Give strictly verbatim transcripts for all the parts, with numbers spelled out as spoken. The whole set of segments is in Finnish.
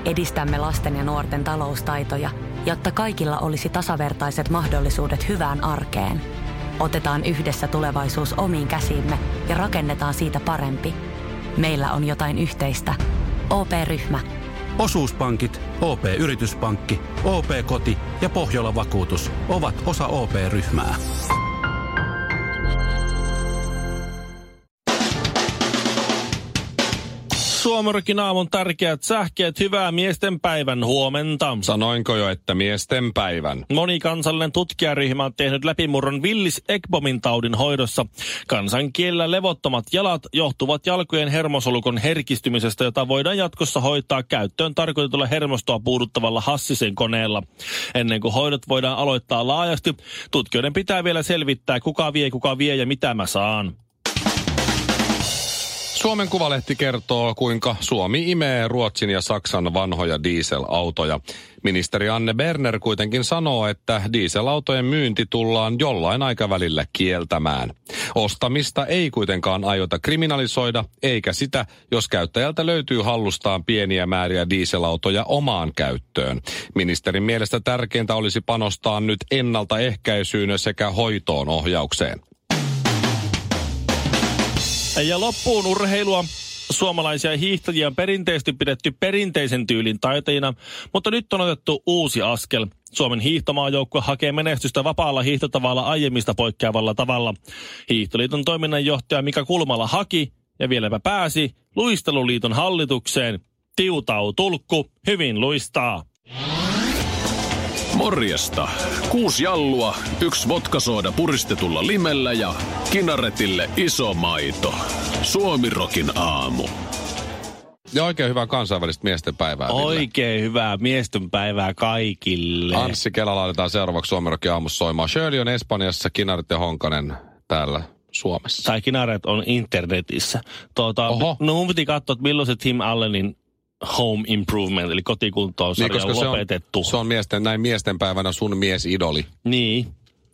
edistämme lasten ja nuorten taloustaitoja, jotta kaikilla olisi tasavertaiset mahdollisuudet hyvään arkeen. Otetaan yhdessä tulevaisuus omiin käsiimme ja rakennetaan siitä parempi. Meillä on jotain yhteistä. O P-ryhmä. Osuuspankit, O P-yrityspankki, O P-koti ja Pohjola-vakuutus ovat osa O P-ryhmää. Suomerokin aamun tärkeät sähkeet, hyvää miesten päivän huomenta. Sanoinko jo, että miesten päivän? Monikansallinen tutkijaryhmä on tehnyt läpimurron Willis Ekbomin taudin hoidossa. Kansankielellä levottomat jalat johtuvat jalkojen hermosolukon herkistymisestä, jota voidaan jatkossa hoitaa käyttöön tarkoitetulla hermostoa puuduttavalla Hassisen koneella. Ennen kuin hoidot voidaan aloittaa laajasti, tutkijoiden pitää vielä selvittää, kuka vie, kuka vie ja mitä mä saan. Suomen Kuvalehti kertoo, kuinka Suomi imee Ruotsin ja Saksan vanhoja dieselautoja. Ministeri Anne Berner kuitenkin sanoo, että dieselautojen myynti tullaan jollain aikavälillä kieltämään. Ostamista ei kuitenkaan aiota kriminalisoida, eikä sitä, jos käyttäjältä löytyy hallustaan pieniä määriä dieselautoja omaan käyttöön. Ministerin mielestä tärkeintä olisi panostaa nyt ennaltaehkäisyyn sekä hoitoon ohjaukseen. Ja loppuun urheilua. Suomalaisia hiihtäjiä on perinteisesti pidetty perinteisen tyylin taitajina, mutta nyt on otettu uusi askel. Suomen hiihtomaajoukkue hakee menestystä vapaalla hiihtotavalla aiemmista poikkeavalla tavalla. Hiihtoliiton toiminnanjohtaja Mika Kulmala haki ja vieläpä pääsi Luisteluliiton hallitukseen. Tiutau tulkku, hyvin luistaa. Morjesta. Kuusi jallua, yksi vodkasooda puristetulla limellä ja kinaretille iso maito. Suomirokin aamu. Ja oikein hyvää kansainvälistä miesten päivää. Oikein Ville. Hyvää miesten päivää kaikille. Anssi Kela laitetaan seuraavaksi Suomirokin aamussa soimaan. Shirley on Espanjassa, Kinaret ja Honkanen täällä Suomessa. Tai Kinaret on internetissä. Tuota, no mun piti katsoa, että milloin se Tim Allenin Home Improvement, eli kotikuntoon-sarja niin, on lopetettu. Se on, se on miesten, näin miesten päivänä sun miesidoli. Niin.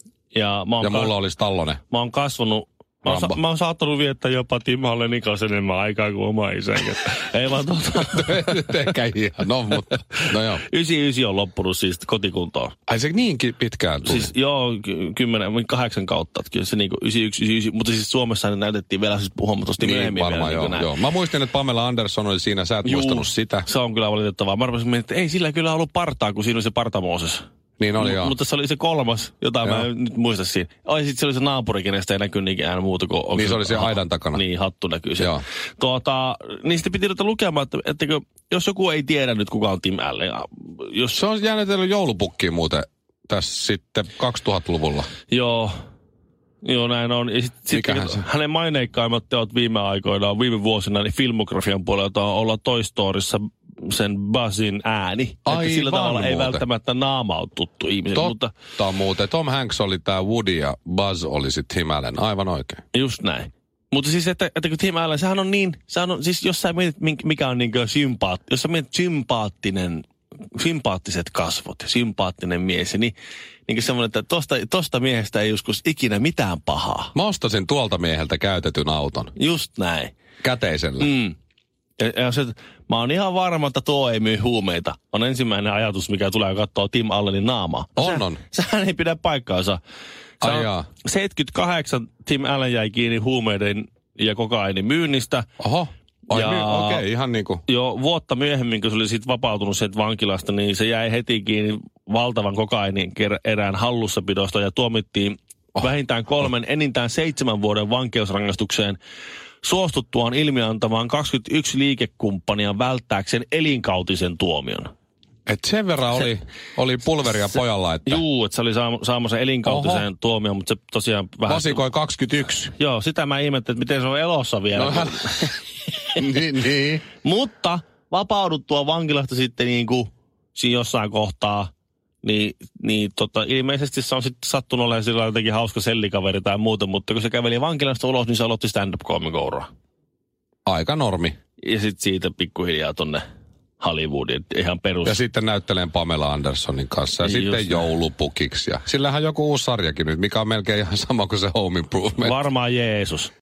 Ja, mä oon ja ka- mulla olisi Tallonen. Mä oon kasvanut, mä oon, sa- mä oon saattanut viettää jopa Tim Hallenin kanssa enemmän aikaa kuin oma isäni. Ei vaan tuota. Ehkä ihan, no mutta, no joo. yhdeksänkymmentäyhdeksän on loppunut siis kotikuntoon. Ai se niinkin pitkään tuli? Siis joo, kymmenen, kahdeksan kautta. Kyllä se niinku yhdeksänkymmentäyksi, yhdeksänkymmentäyhdeksän, mutta siis Suomessa ne näytettiin vielä siis huomattavasti niin, myöhemmin. Varmaan vielä, joo, niin joo. Mä muistin, että Pamela Anderson oli siinä, sä et Juu, muistanut sitä. Se on kyllä valitettavaa. Mä arvasin, että ei sillä kyllä ollut partaa, kun siinä oli se partamooses. Niin oli, joo. M- mutta se oli se kolmas, jota joo. Mä en nyt muista siinä. Ai sit se oli se naapuri, kenestä ei näkyy niinkään muuta kuin... Niin se oli se aidan takana. Niin, hattu näkyy se. Joo. Tuota, niin sitten piti ruveta lukemaan, että, että jos joku ei tiedä nyt kuka on Tim Allen. Jos... Se on jäänetellyt joulupukkiin muuten tässä sitten kaksituhattaluvulla. Joo. Joo, näin on. Ja sit, Mikähän sit, se? hänen maineikkaimmat teot viime aikoina, viime vuosina, niin filmografian puolelta on olla Toy Storyssa sen Buzzin ääni. Aivan että sillä tavalla muuten. ei välttämättä naama ole tuttu ihmiselle. Totta mutta muuten. Tom Hanks oli tää Woody ja Buzz oli sit Tim Allen. Aivan oikein. Just näin. Mutta siis, että, että kun Tim Allen, sehän on niin, sehän on, siis jos sä mietit, mikä on niin kuin sympaat, jos sä mietit sympaattinen, sympaattiset kasvot, sympaattinen mies, niin, niin kuin semmoinen, että tosta, tosta miehestä ei joskus ikinä mitään pahaa. Mä ostasin tuolta mieheltä käytetyn auton. Just näin. Käteisellä. Mm. Ja, ja se, mä oon ihan varma, että tuo ei myy huumeita. On ensimmäinen ajatus, mikä tulee katsoa Tim Allenin naamaa. On, Sehän, on. Sehän ei pidä paikkaansa. Se Ai jaa. seitsemänkymmentäkahdeksan Tim Allen jäi kiinni huumeiden ja kokainin myynnistä. Oho. Ai ja, my, okei, okay, ihan niinku. Jo vuotta myöhemmin, kun se oli sitten vapautunut sieltä vankilasta, niin se jäi heti kiinni valtavan kokainin erään hallussapidosta ja tuomittiin oh. vähintään kolmen, oh. enintään seitsemän vuoden vankeusrangaistukseen suostuttuaan ilmiantamaan kaksikymmentäyksi liikekumppania välttääkseen elinkautisen tuomion. Et sen verran oli, se, oli pulveria se, pojalla, että... Juu, että se oli saamassa elinkautisen Oho. tuomion, mutta se tosiaan vähän... Vasikoi kaksikymmentäyksi. Joo, sitä mä ihmettelin, että miten se on elossa vielä. No, niin, niin. Mutta vapauduttua vankilasta sitten niin kuin siinä jossain kohtaa, niin, niin tota, ilmeisesti se on sitten sattunut olemaan sillä jotenkin hauska sellikaveri tai muuta, mutta kun se käveli vankilasta ulos, niin se aloitti stand-up-koomikouraa. Aika normi. Ja sitten siitä pikkuhiljaa tonne Hollywoodin, ihan perus. Ja sitten näyttelen Pamela Andersonin kanssa ja niin sitten just joulupukiksi. Ja sillähän joku uusi sarjakin nyt, mikä on melkein ihan sama kuin se Home Improvement. Varmaan Jeesus.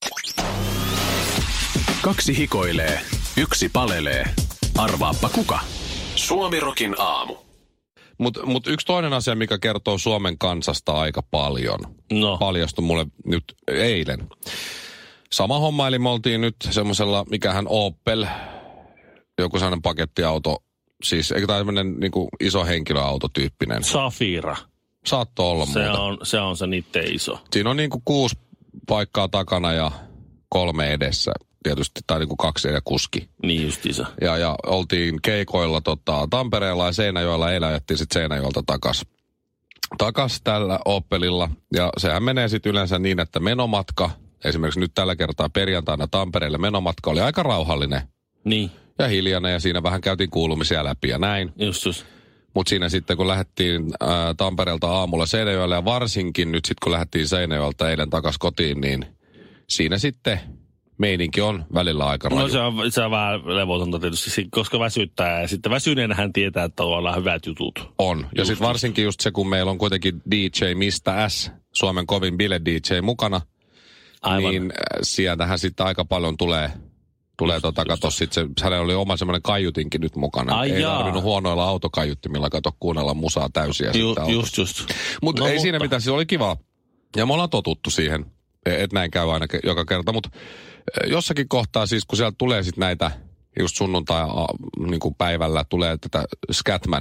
Kaksi hikoilee, yksi palelee. Arvaappa kuka? Suomirokin aamu. Mutta mut yksi toinen asia, mikä kertoo Suomen kansasta aika paljon, No. paljastui mulle nyt eilen. Sama homma, eli me oltiin nyt semmoisella, mikähän Opel, joku sellainen pakettiauto, siis eikö tämä tämmöinen niinku iso henkilöautotyyppinen. Safira. Saattoi olla Se muuta. on, se on se niitten iso. Siinä on niinku kuusi paikkaa takana ja kolme edessä tietysti, tai niinku kaksi ja kuski. Niin justiinsa. Ja, ja oltiin keikoilla tota, Tampereella ja Seinäjoella, eilen ajettiin sitten Seinäjoelta takas. Takas tällä Opelilla, ja sehän menee sitten yleensä niin, että menomatka, esimerkiksi nyt tällä kertaa perjantaina Tampereelle menomatka oli aika rauhallinen Niin, ja hiljainen, ja siinä vähän käytiin kuulumisia läpi ja näin. just just. Mutta siinä sitten, kun lähdettiin ää, Tampereelta aamulla Seinäjoelle, ja varsinkin nyt sitten, kun lähdettiin Seinäjoelta eilen takas kotiin, niin siinä sitten meininki on välillä aika raju. No se on, se on vähän levotonta tietysti, koska väsyttää. Ja sitten väsyneenähän tietää, että on hyvät jutut. On. Ja sitten varsinkin just se, kun meillä on kuitenkin D J Mistä S, Suomen kovin bile-D J mukana, Aivan. niin äh, sieltähän sitten aika paljon tulee, tulee tota, kato sitten se, hänellä oli oma semmoinen kaiutinkin nyt mukana. Ai Ei jaa. tarvinnut huonoilla autokaiuttimilla, kato kuunnella musaa täysiä Ju, siitä just just. Mutta No, ei mutta- siinä mitään, siis oli kiva. Ja me ollaan totuttu siihen, että näin käy aina ke- joka kerta. Mutta jossakin kohtaa siis, kun sieltä tulee sitten näitä, just sunnuntai a, niin kuin päivällä tulee tätä Scatman.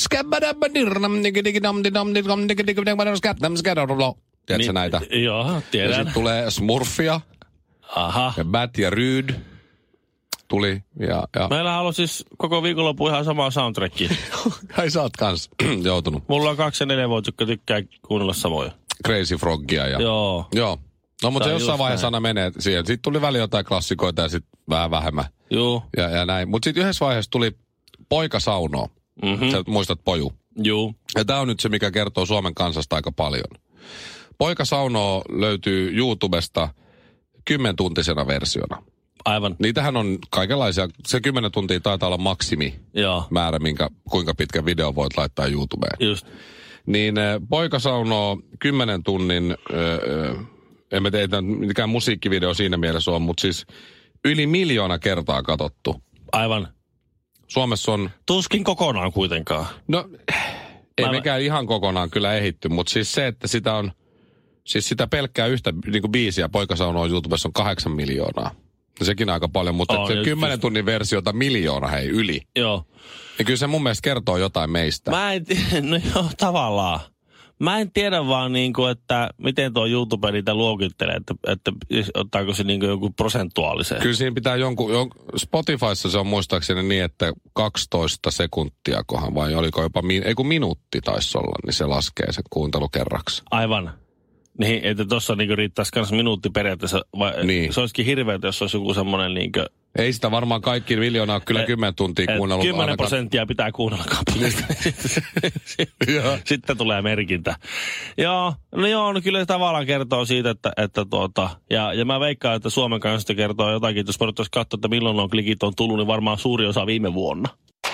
Tiedätkö näitä? Joo, Ja tiedän. sitten tulee Smurfia Aha. ja Bat ja Ryd tuli. Ja, ja... Meillä on ollut siis koko viikonloppu ihan samaa soundtrackia. Ai sä oot kans joutunut. Mulla on kaksi ja neljä vuotta, jotka tykkää kuunnella samoja. Crazy Frogia ja... Joo. Joo. No mutta Se se on jossain just vaiheessa näin. aina menee siihen. Sitten tuli väliin jotain klassikoita ja sitten vähän vähemmän. Joo. Ja, ja näin. Mutta sitten yhdessä vaiheessa tuli Poika saunoo. Mhm. Sä muistat Poju. Joo. Ja tämä on nyt se, mikä kertoo Suomen kansasta aika paljon. Poika saunoo löytyy YouTubesta kymmentuntisena versiona. Aivan. Niitähän on kaikenlaisia. Se kymmenen tuntia taitaa olla maksimi Joo. määrä, minkä, kuinka pitkä video voit laittaa YouTubeen. Just. Niin äh, Poika saunoo kymmenen tunnin, äh, en mä teitä mikään musiikkivideo siinä mielessä on, mutta siis yli miljoona kertaa katsottu. Aivan. Suomessa on, Tuskin kokonaan kuitenkaan. no ei Mä- mekään ihan kokonaan kyllä ehitty, mutta siis se, että sitä on, siis sitä pelkkää yhtä niin kuin biisiä Poika saunoo YouTubessa on kahdeksan miljoonaa. No sekin aika paljon, mutta On, se just- kymmenen tunnin versiota miljoona hei yli. Joo. Ja kyllä se mun mielestä kertoo jotain meistä. Mä en tiedä, no joo, tavallaan. Mä en tiedä vaan niinku, että miten tuo YouTube niitä luokittelee, että, että ottaako se niinku joku prosentuaalisen. Kyllä siinä pitää jonkun, jon, Spotifyssa se on muistaakseni niin, että kaksitoista sekuntia kohan, vai oliko jopa, min, ei kun minuutti taisi olla, niin se laskee sen kuuntelukerraksi. Aivan. Niin, että tuossa niinku riittäisi kans minuutti periaatteessa, vai Niin. se olisikin hirveätä, jos olisi joku semmoinen niinku, Ei sitä varmaan kaikki miljoonaa kyllä Et- kymmenen tuntia että kuunnellut. kymmenen ainakaan. prosenttia pitää kuunnella kappaleesta. Joo. Sitten tulee merkintä. Joo, no joo, no kyllä se tavallaan kertoo siitä, että, että tuota, ja, ja mä veikkaan, että Suomen kanssa kertoo jotakin, jos voitaisiin katsoa, että milloin on klikit on tullut, niin varmaan suuri osa viime vuonna.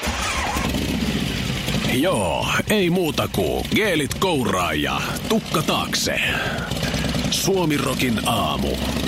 Joo, ei muuta kuin geelit kouraa ja tukka taakse. Suomirokin aamu.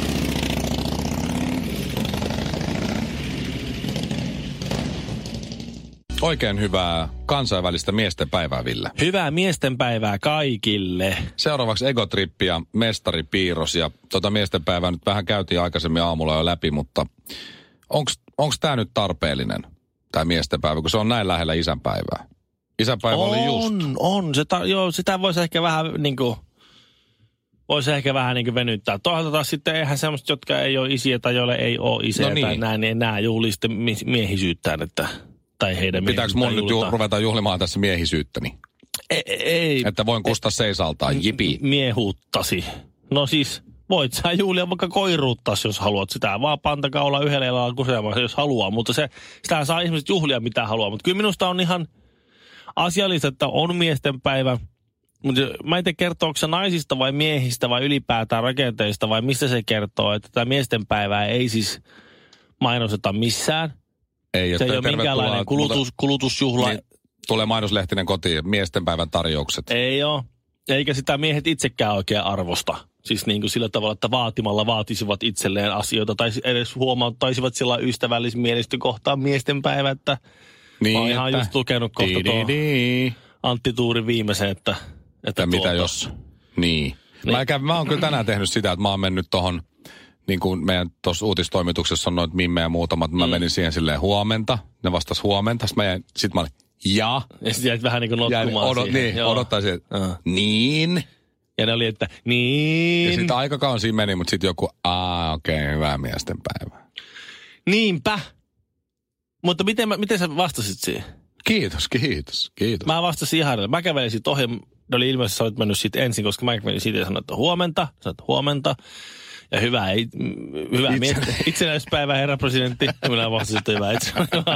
Oikein hyvää kansainvälistä miesten päivää, Ville. Hyvää miestenpäivää kaikille. Seuraavaksi Egotrippi ja Mestari Piirros. Ja tota miesten päivää nyt vähän käytiin aikaisemmin aamulla jo läpi, mutta onko tämä nyt tarpeellinen, tämä miesten päivä, kun se on näin lähellä isänpäivää? Isänpäivä oli just. On, on. Se ta, joo, sitä voisi ehkä vähän niin kuin, voisi ehkä vähän niin kuin venyttää. Toisaalta taas sitten eihän semmoista, jotka ei ole isiä tai joille ei ole isiä No tai niin. näin, niin enää juhlii sitten mi- miehisyyttään, että, tai heidän Pitääkö mun nyt ju- ruveta juhlimaan tässä miehisyyttäni? Ei, ei Että voin kustaa seisaltaan, jipi. miehuuttasi. No siis, voit sä juhlia vaikka koiruuttas, jos haluat sitä. Vaan pantakaa olla yhdellä jalalla kuseamassa, jos haluaa. Mutta se, sitä saa ihmiset juhlia, mitä haluaa. Mutta kyllä minusta on ihan asiallista, että on miesten päivä. Mutta mä en tiedä, kertooko se naisista vai miehistä vai ylipäätään rakenteista vai mistä se kertoo, että tämä miesten päivää ei siis mainosteta missään. Ei, Se että ei ole tervetuloa, minkäänlainen kulutus, mutta- kulutusjuhla. Niin, tulee mainoslehtinen kotiin, miesten päivän tarjoukset. Ei ole. Eikä sitä miehet itsekään oikein arvosta. Siis niin kuin sillä tavalla, että vaatimalla vaatisivat itselleen asioita tai edes huomauttaisivat sillä ystävällismielisesti kohtaan miesten päivä, että Niin, mä oon ihan että... just lukenut kohta tuon Antti Tuurin viimeisen, että... että mitä tuota... jos... Niin. niin. Mä, kävin, mä oon kyllä tänään tehnyt sitä, että mä oon mennyt tohon, niin kuin meidän tuossa uutistoimituksessa on noita mimmejä muutamat, mä mm. menin siihen silleen huomenta, ne vastas huomenta, sit mä, jäin, sit mä olin, ja... Ja sit jäit vähän niin kuin notkumaan odot, siihen. Niin, Joo. odottaisin, että uh. niin... Ja ne oli, että niin... Ja sitten aika kauan siinä meni, mutta sitten joku, aa okei, okay, hyvää miesten päivää. Niinpä. Mutta miten, miten sä vastasit siihen? Kiitos, kiitos, kiitos. Mä vastasin ihan, mä kävelin sit ohi, ne oli ilmeisesti, sä olit mennyt siitä ensin, koska mä kävelin siitä ja sanoin, että huomenta, sanoin, huomenta. Ja hyvää, hyvää Itse... itsenäispäivää, herra presidentti. Minä vastasin, että hyvää itsenäispäivää.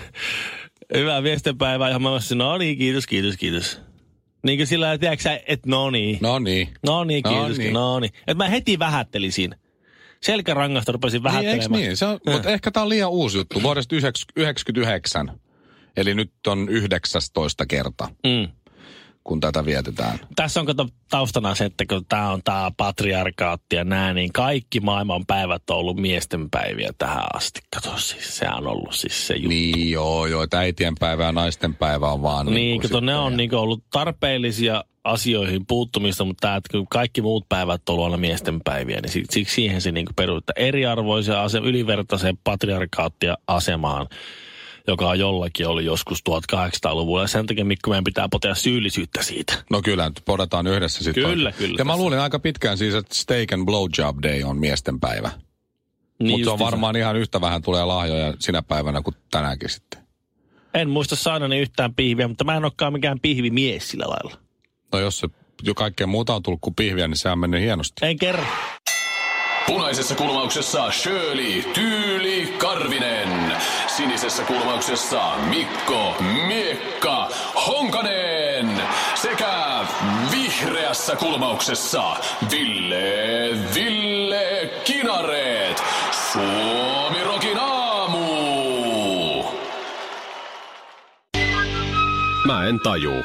Hyvää miestenpäivää. Ja mä vastasin, no niin, kiitos, kiitos, kiitos. Niin kuin sillä, että tiedätkö että no niin. No niin. No niin, kiitos, no niin. No niin. Että mä heti vähättelin siinä. Selkärangasta rupesin vähättelemään. Niin, niin? Se on, mutta ehkä tää on liian uusi juttu. Vuodesta yhdeksänkymmentäyhdeksän. Eli nyt on yhdeksästoista kerta, mm. kun tätä vietetään. Tässä on kato taustana se, että kun tää on tää patriarkaatti ja nää, niin kaikki maailman päivät on ollut miesten päiviä tähän asti. Kato siis, se on ollut siis se juttu. Niin joo, joo, että äitien päivä ja naisten päivä on vaan... Niin, niin kato, ne on ja... niin ollut tarpeellisia asioihin puuttumista, mutta tää, että kaikki muut päivät on ollut aina miesten päiviä, niin siksi siihen se niin perustaa eriarvoisen asema, ylivertaiseen patriarkaattia asemaan, joka on jollakin ollut joskus tuhatkahdeksansataaluvulla. Ja sen takia, Mikko, meidän pitää potea syyllisyyttä siitä. No kyllä, nyt podataan yhdessä sitten. Kyllä, on. kyllä. Ja mä luulin aika pitkään siis, että Steak and Blowjob Day on miesten päivä. Niin mutta se on varmaan ihan yhtä vähän tulee lahjoja sinä päivänä kuin tänäänkin sitten. En muista saanani yhtään pihviä, mutta mä en olekaan mikään pihvimies sillä lailla. No jos se jo kaikkea muuta on tullut kuin pihviä, niin se on mennyt hienosti. En kerro. Punaisessa kulmauksessa Shirley Tyyli Karvinen. Sinisessä kulmauksessa Mikko Miekka Honkanen. Sekä vihreässä kulmauksessa Ville Ville Kinareet. Suomi Rokin aamu. Mä en tajuu.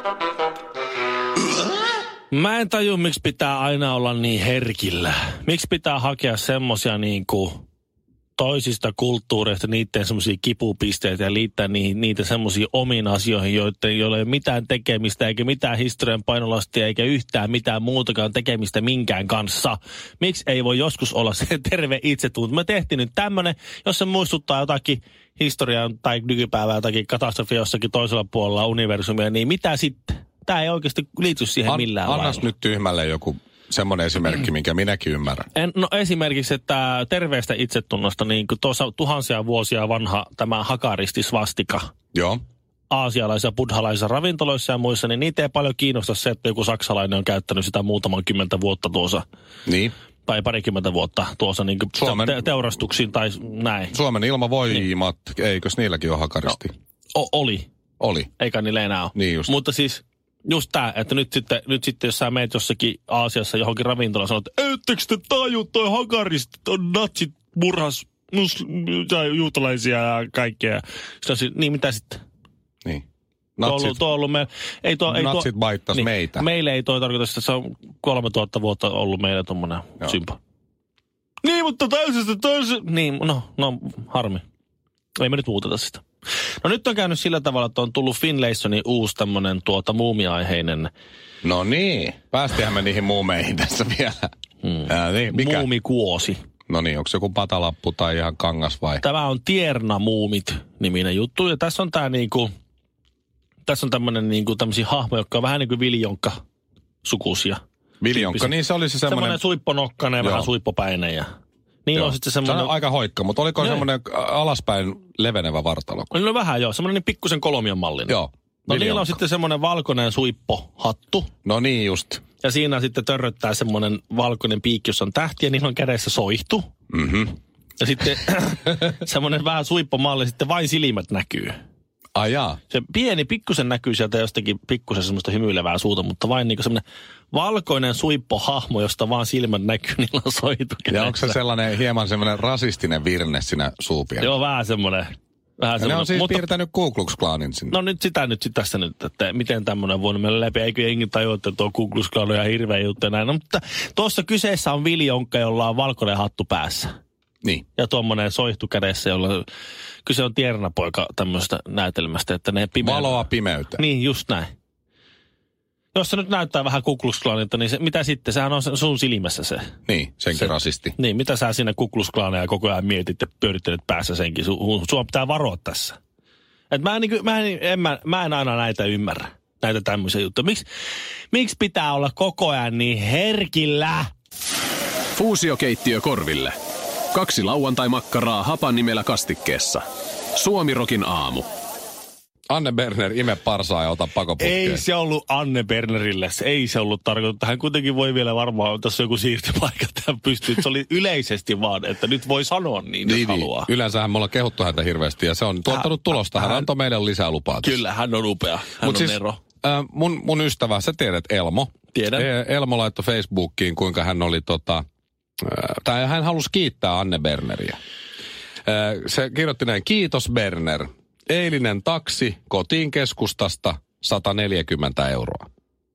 Mä en taju, miksi pitää aina olla niin herkillä. Miksi pitää hakea semmosia niinku toisista kulttuureista, niiden semmosia kipupisteitä ja liittää niihin, niitä semmosia omiin asioihin, joiden, joilla ei ole mitään tekemistä, eikä mitään historian painolastia, eikä yhtään mitään muutakaan tekemistä minkään kanssa. Miksi ei voi joskus olla se terve itsetunto? Me tehtiin nyt tämmönen, jos se muistuttaa jotakin historian tai nykypäivää jotakin katastrofia jossakin toisella puolella universumia, niin mitä sitten? Tämä ei oikeasti liity siihen millään An, lailla. Annas nyt tyhmälle joku semmoinen esimerkki, minkä minäkin ymmärrän. En, no esimerkiksi, että terveestä itsetunnosta, niin kuin tuossa tuhansia vuosia vanha tämä hakaristisvastika. Joo. Aasialaisissa, buddhalaisissa ravintoloissa ja muissa, niin niitä ei paljon kiinnosta se, että joku saksalainen on käyttänyt sitä muutaman kymmentä vuotta tuossa. Niin. Tai parikymmentä vuotta tuossa niin Suomen, te- teurastuksiin tai näin. Suomen ilmavoimat, niin. Eikös niilläkin ole hakaristi? No, o- oli. Oli. Eikä niillä enää ole. Niin just. Mutta siis... Just tää, että nyt sitten, nyt sitten jos sä meet jossakin Aasiassa johonkin ravintolaan, sanot, että ettekö te taju, toi hakarista, on natsit murhas muslim- juutalaisia ja kaikkea. Sitten niin mitä sitten? Niin. Natsit, tuo ollut, me, ei tuo, ei natsit tuo, baittas niin, meitä. Meille ei toi tarkoita, että se on kolmetuhatta vuotta ollut meillä tommonen sympa. Niin, mutta täysistä täysin. Niin, no, no harmi. Ei me nyt muuteta sitä. No nyt on käynyt sillä tavalla, että on tullut Finlaysonin uusi tämmönen tuota muumiaiheinen. No niin, päästiinhän me niihin muumeihin tässä vielä. Hmm. Ää, niin, mikä? Muumikuosi. No niin, onko se joku patalappu tai ihan kangas vai? Tämä on Tierna-muumit-niminen juttu ja tässä on tää niinku, tässä on tämmönen niinku tämmösiä hahmoja, jotka on vähän niinku viljonkka-sukuisia. Viljonkka, niin se oli se semmoinen... Semmoinen suipponokkainen ja vähän suippopäinen ja... Niin on sitten semmoinen... Se on aika hoikka, mutta oliko semmoinen alaspäin levenevä vartalo? No vähän joo, semmoinen niin pikkusen kolmion mallinen. Joo. No niillä on sitten semmoinen valkoinen suippohattu. No niin just. Ja siinä sitten törröttää semmoinen valkoinen piikki, jossa on tähtiä, niillä on kädessä soihtu. Mhm. Ja sitten semmoinen vähän suippomalli, sitten vain silmät näkyy. Ai jaa. Se pieni pikkusen näkyy sieltä jostakin pikkusen semmoista hymyilevää suuta, mutta vain niin kuin semmoinen valkoinen suippohahmo, josta vaan silmät näkyy, niillä on soitu kädessä. Ja onko se sellainen hieman semmoinen rasistinen virne siinä suupielessä? Joo, vähän semmoinen. Vähän ja ne on siis mutta, piirtänyt Ku Klux Klanin sinne. No nyt sitä nyt tässä nyt, että miten tämmöinen voinut mennä läpi. Eikö jengi tajua, että tuo Ku Klux Klan on ihan hirveä juttu ja näin. No, mutta tuossa kyseessä on viljonkka, jolla on valkoinen hattu päässä. Niin. Ja tuommoinen soihtu kädessä, jolla kyse on tiernapoika tämmöistä näytelmästä, että ne pimeä... Valoa pimeyteen. Niin, just näin. Jos se nyt näyttää vähän Ku Klux Klanilta, niin se, mitä sitten? Sehän on sun silmässä se. Niin, senkin se, rasisti. Niin, mitä sä siinä Ku Klux Klaneja koko ajan mietit ja pyörittelet päässä senkin. Su, sua pitää varoa tässä. Et mä, en, niin, mä, en, en, mä, mä en aina näitä ymmärrä, näitä tämmöisiä juttuja. Miks, miksi pitää olla koko ajan niin herkillä? Fuusiokeittiö korville. Kaksi lauantai-makkaraa hapan nimellä kastikkeessa. Suomirokin aamu. Anne Berner, ime parsaa ja ota pakoputkeen. Ei se ollut Anne Bernerille, ei se ollut tarkoitettu. Hän kuitenkin voi vielä varmaan, tässä on joku siirtypaikka, että hän pystyy. Se oli yleisesti vaan, että nyt voi sanoa niin, niin jos haluaa. Yleensähän me ollaan kehuttu häntä hirveästi ja se on tuottanut tulosta. Hän, hän antoi meille lisää lupaa. Kyllä, hän on upea. Hän Mut on siis, Nero. Äh, mun, mun ystävä, sä tiedät Elmo. Tiedän. Elmo laittoi Facebookiin, kuinka hän oli tota... Äh, tai hän halusi kiittää Anne Berneriä. Äh, se kirjoitti näin, kiitos Berner. Eilinen taksi kotiin keskustasta sata neljäkymmentä euroa.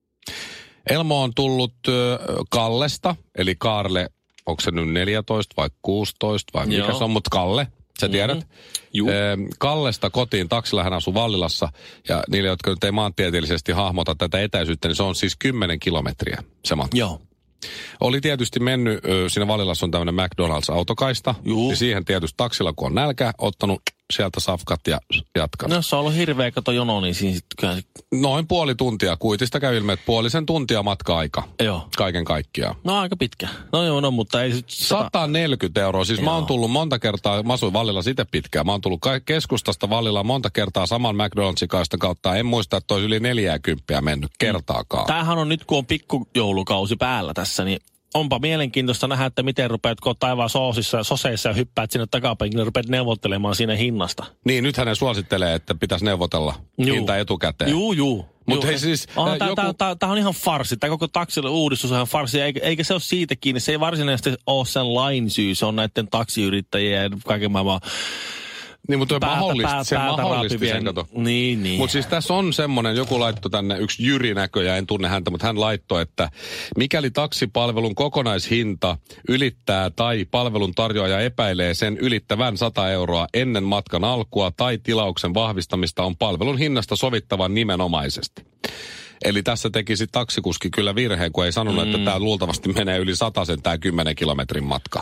Elmo on tullut ö, Kallesta, eli Kaarle, onko se nyt neljätoista vai kuusitoista vai mikä Joo. se on, mutta Kalle, sä tiedät. Mm-hmm. Ö, Kallesta kotiin, taksilla hän asuu Vallilassa, ja niille, jotka nyt ei maantieteellisesti hahmota tätä etäisyyttä, niin se on siis kymmenen kilometriä se matka. Joo. Oli tietysti mennyt, ö, siinä Vallilassa on tämmöinen McDonald's-autokaista, Juu. ja siihen tietysti taksilla, kun on nälkä, ottanut sieltä safkat ja jatkanut. No, se on ollut hirveä kato jono, niin siinä sitten kyllä... Noin puoli tuntia. Kuitista käy ilme, että puolisen tuntia matka-aika. Joo. Kaiken kaikkiaan. No aika pitkä. No joo, no, mutta ei... sata neljäkymmentä euroa. Siis joo. Mä oon tullut monta kertaa, mä asuin Vallilla itse pitkään. Mä oon tullut keskustasta Vallilla monta kertaa saman McDonald'sin kaista kautta. En muista, että olisi yli neljääkymppiä mennyt kertaakaan. Tämähän on nyt, kun on pikkujoulukausi päällä tässä, niin... Onpa mielenkiintoista nähdä, että miten rupeat, kun taivaan soosissa, soseissa ja hyppäät sinne takapenkille, rupeat neuvottelemaan siinä hinnasta. Niin, nyt hänen suosittelee, että pitäisi neuvotella juu. hinta etukäteen. Juu, juu. Mutta hei siis... Oh, äh, Tämä joku... on ihan farssi. Tämä koko taksille uudistus on ihan farssi, eikä, eikä se ole siitä kiinni. Se ei varsinaisesti ole sen lain syy, se on näiden taksiyrittäjien ja kaiken maailman... Niin, mutta päätä, mahdollisti, päätä, se päätä mahdollisti sen, kato. Niin, niin. Mutta siis tässä on semmoinen, joku laittoi tänne, yksi Jyri näköjään, en tunne häntä, mutta hän laittoi, että mikäli taksipalvelun kokonaishinta ylittää tai palvelun tarjoaja epäilee sen ylittävän sata euroa ennen matkan alkua tai tilauksen vahvistamista, on palvelun hinnasta sovittava nimenomaisesti. Eli tässä tekisi taksikuski kyllä virheen, kun ei sanonut, mm. että tämä luultavasti menee yli satasen tämä kymmenen kilometrin matka.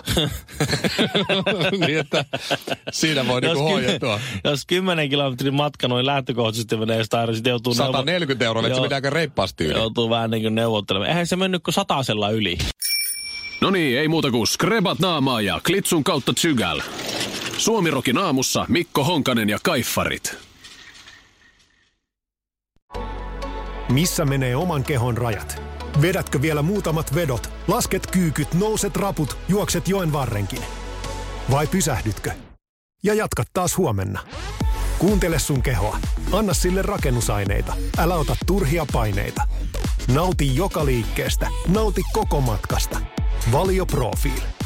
Niin, että siinä voi niinku hoidetua. Jos kymmenen kilometrin matka noin lähtökohtaisesti menee, sitten joutuu... sata neljäkymmentä euroa, että se menee aika reippaasti yli. Joutuu vähän niin kuin neuvottelemaan. Eihän se mennyt kuin satasella yli. No niin, ei muuta kuin skrebat naamaa ja klitsun kautta tsygäl. Suomirokin aamussa Mikko Honkanen ja Kaiffarit. Missä menee oman kehon rajat? Vedätkö vielä muutamat vedot, lasket kyykyt, nouset raput, juokset joen varrenkin? Vai pysähdytkö? Ja jatkat taas huomenna. Kuuntele sun kehoa. Anna sille rakennusaineita. Älä ota turhia paineita. Nauti joka liikkeestä. Nauti koko matkasta. Valio Profiil.